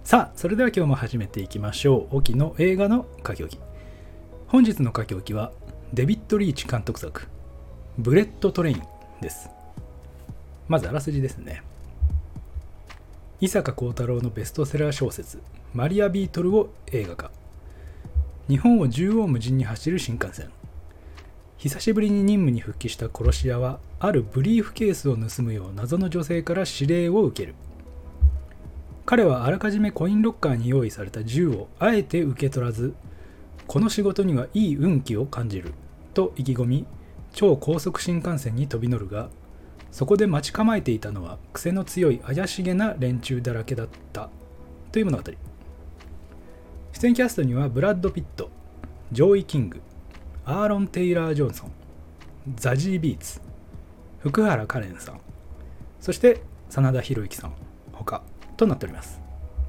さあ、それでは今日も始めていきましょう。沖の映画の書き置き。本日の書き置きはデビッド・リーチ監督作ブレッド・トレインです。まずあらすじですね。伊坂幸太郎のベストセラー小説マリア・ビートルを映画化。日本を縦横無尽に走る新幹線。久しぶりに任務に復帰した殺し屋はあるブリーフケースを盗むよう謎の女性から指令を受ける。彼はあらかじめコインロッカーに用意された銃をあえて受け取らず、この仕事にはいい運気を感じると意気込み、超高速新幹線に飛び乗るが、そこで待ち構えていたのは癖の強い怪しげな連中だらけだったという物語。出演キャストにはブラッド・ピット、ジョーイ・キング、アーロン・テイラー・ジョンソン、ザジー・ビーツ、福原カレンさん、そして真田広之さん他となっております。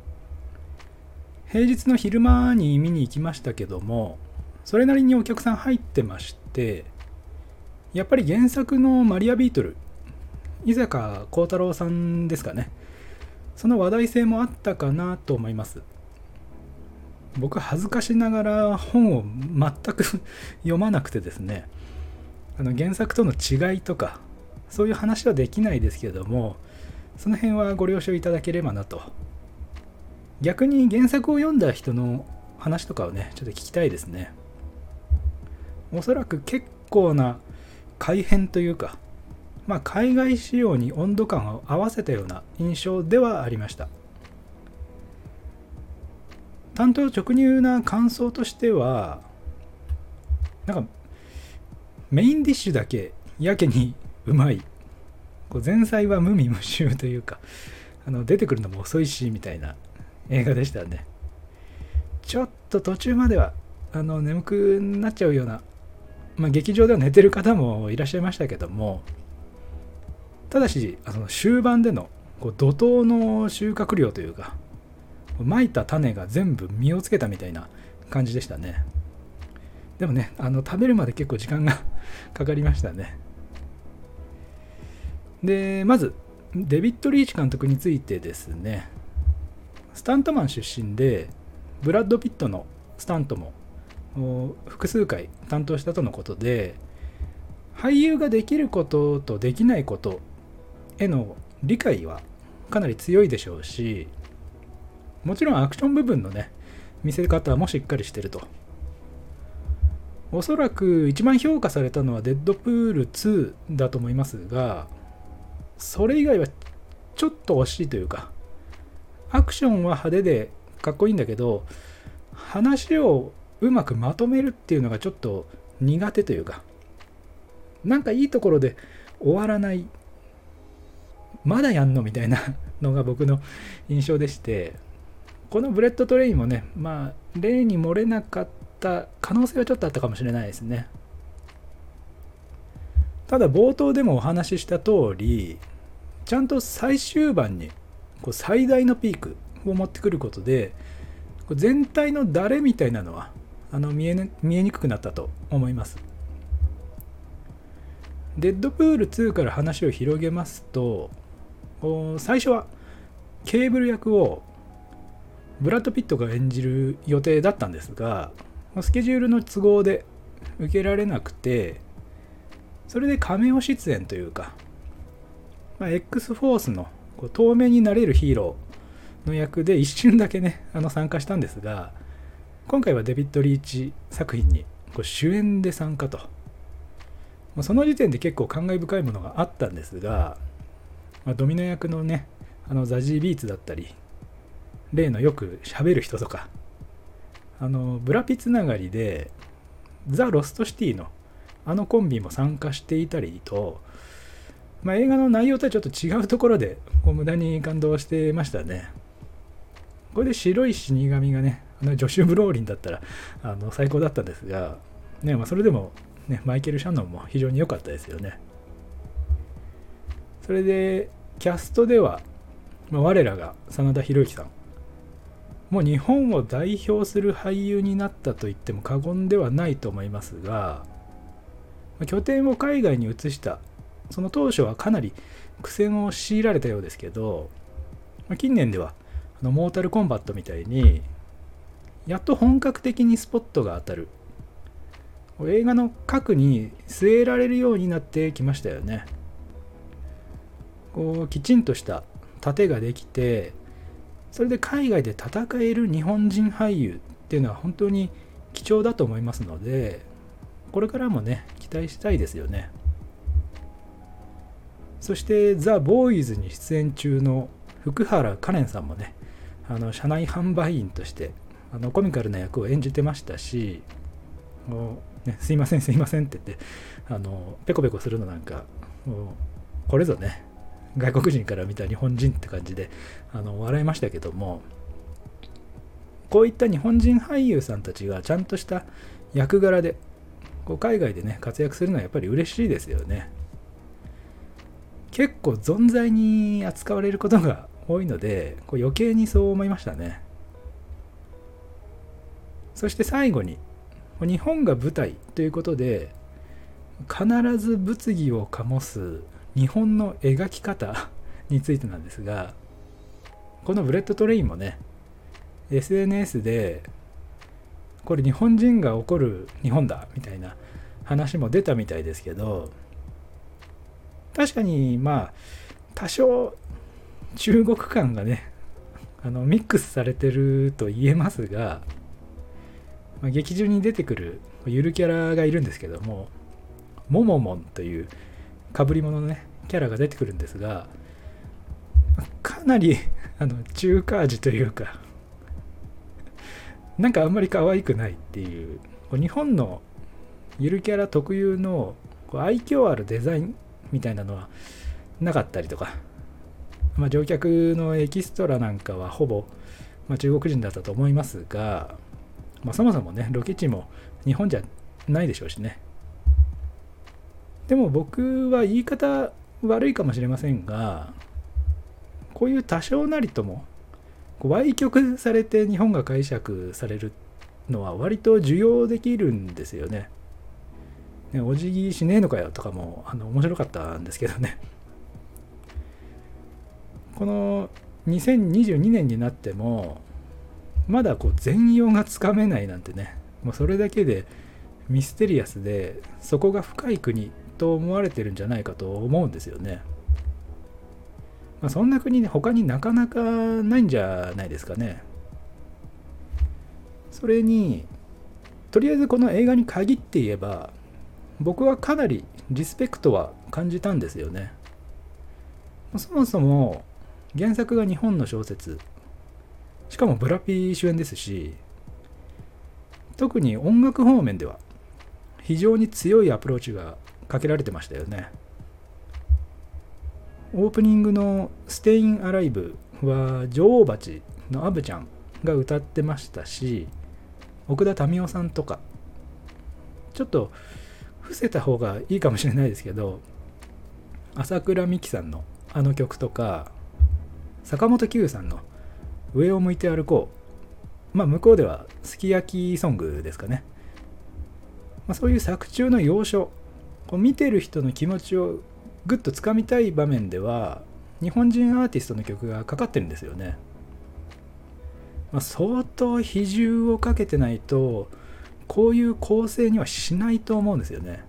平日の昼間に見に行きましたけども、それなりにお客さん入ってまして、やっぱり原作のマリア・ビートル、伊坂幸太郎さんですかね、その話題性もあったかなと思います。僕恥ずかしながら本を全く読まなくてですね、原作との違いとかそういう話はできないですけれども、その辺はご了承いただければなと。逆に原作を読んだ人の話とかをね、ちょっと聞きたいですね。おそらく結構な改変というか、海外仕様に温度感を合わせたような印象ではありました。単刀直入な感想としては、メインディッシュだけやけにうまい、前菜は無味無臭というか、出てくるのも遅いしみたいな映画でしたね。ちょっと途中までは眠くなっちゃうような、劇場では寝てる方もいらっしゃいましたけども、ただし終盤での怒涛の収穫量というか、まいた種が全部実をつけたみたいな感じでしたね。でもね、食べるまで結構時間がかかりましたね。で、まずデビッド・リーチ監督についてですね、スタントマン出身で、ブラッド・ピットのスタントも複数回担当したとのことで、俳優ができることとできないことへの理解はかなり強いでしょうし、もちろんアクション部分のね、見せ方もしっかりしてると。おそらく一番評価されたのはデッドプール2だと思いますが、それ以外はちょっと惜しいというか、アクションは派手でかっこいいんだけど、話をうまくまとめるっていうのがちょっと苦手というか、いいところで終わらない、まだやんのみたいなのが僕の印象でして、このブレッドトレインもね、例に漏れなかった可能性はちょっとあったかもしれないですね。ただ冒頭でもお話しした通り、ちゃんと最終盤に最大のピークを持ってくることで、全体の誰みたいなのは見えにくくなったと思います。デッドプール2から話を広げますと、最初はケーブル役をブラッド・ピットが演じる予定だったんですが、スケジュールの都合で受けられなくて、それでカメオ出演というか、X フォースの透明になれるヒーローの役で一瞬だけね参加したんですが、今回はデビッド・リーチ作品に主演で参加と。その時点で結構感慨深いものがあったんですが、ドミノ役のねザジー・ビーツだったり、例のよく喋る人とか、ブラピつながりでザ・ロストシティのコンビも参加していたりと、映画の内容とはちょっと違うところで無駄に感動してましたね。これで白い死神がね、ジョシュ・ブローリンだったら最高だったんですが、それでも、マイケル・シャノンも非常に良かったですよね。それでキャストでは、我らが真田広之さん、もう日本を代表する俳優になったと言っても過言ではないと思いますが、拠点を海外に移したその当初はかなり苦戦を強いられたようですけど、近年ではモータルコンバットみたいにやっと本格的にスポットが当たる、映画の核に据えられるようになってきましたよね。こうきちんとした盾ができて、それで海外で戦える日本人俳優っていうのは本当に貴重だと思いますので、これからもね期待したいですよね。そしてザ・ボーイズに出演中の福原カレンさんもね、社内販売員としてコミカルな役を演じてましたし、すいませんすいませんって言ってペコペコするのなんかこれぞね外国人から見た日本人って感じで笑いましたけども、こういった日本人俳優さんたちがちゃんとした役柄でこう海外でね活躍するのはやっぱり嬉しいですよね。結構存在に扱われることが多いのでこう余計にそう思いましたね。そして最後に日本が舞台ということで必ず物議を醸す日本の描き方についてなんですが、このブレッドトレインもね SNS でこれ日本人が怒る日本だみたいな話も出たみたいですけど、確かに多少中国感がねミックスされてると言えますが、劇中に出てくるゆるキャラがいるんですけども、モモモンという被り物のねキャラが出てくるんですが、かなり中華味というかなんかあんまり可愛くないっていう、日本のゆるキャラ特有の愛嬌あるデザインみたいなのはなかったりとか、乗客のエキストラなんかはほぼ、中国人だったと思いますが、そもそもねロケ地も日本じゃないでしょうしね。でも僕は言い方悪いかもしれませんが、こういう多少なりとも歪曲されて日本が解釈されるのは割と受容できるんですよね。お辞儀しねえのかよとかも面白かったんですけどね。この2022年になってもまだ全容がつかめないなんてね、もうそれだけでミステリアスで底が深い国と思われてるんじゃないかと思うんですよね。そんな国他になかなかないんじゃないですかね。それにとりあえずこの映画に限って言えば僕はかなりリスペクトは感じたんですよね。そもそも原作が日本の小説、しかもブラピ主演ですし、特に音楽方面では非常に強いアプローチがかけられてましたよね。オープニングのステインアライブは女王蜂のアブちゃんが歌ってましたし、奥田民生さんとか、ちょっと伏せた方がいいかもしれないですけど、朝倉美紀さんの曲とか、坂本九さんの上を向いて歩こう、向こうではすき焼きソングですかね。そういう作中の要所、見てる人の気持ちをぐっとつかみたい場面では日本人アーティストの曲がかかってるんですよね。相当比重をかけてないとこういう構成にはしないと思うんですよね。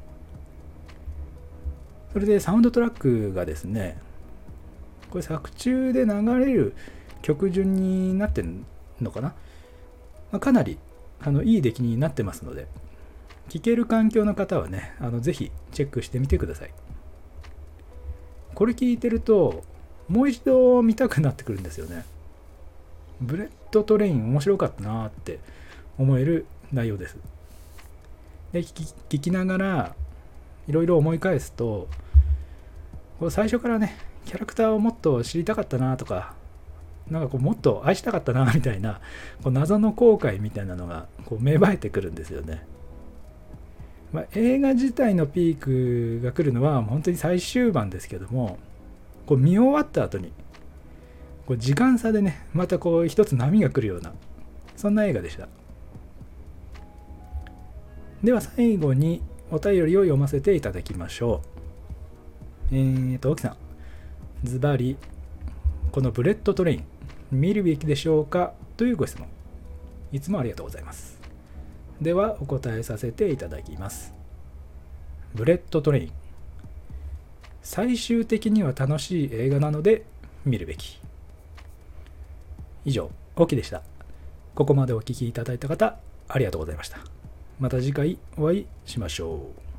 それでサウンドトラックがですね、これ作中で流れる曲順になってるのかな、かなりいい出来になってますので、聴ける環境の方はねぜひチェックしてみてください。これ聞いてるともう一度見たくなってくるんですよね。ブレッドトレイン面白かったなって思える内容です。で聞きながらいろいろ思い返すと、最初からねキャラクターをもっと知りたかったなとか、なんかもっと愛したかったなみたいな謎の後悔みたいなのが芽生えてくるんですよね。映画自体のピークが来るのは本当に最終盤ですけども、見終わった後に時間差でねまた一つ波が来るような、そんな映画でした。では最後にお便りを読ませていただきましょう。沖さん、ズバリこのブレッドトレイン見るべきでしょうかというご質問、いつもありがとうございます。ではお答えさせていただきます。ブレッドトレイン、最終的には楽しい映画なので見るべき。以上、オキでした。ここまでお聞きいただいた方、ありがとうございました。また次回お会いしましょう。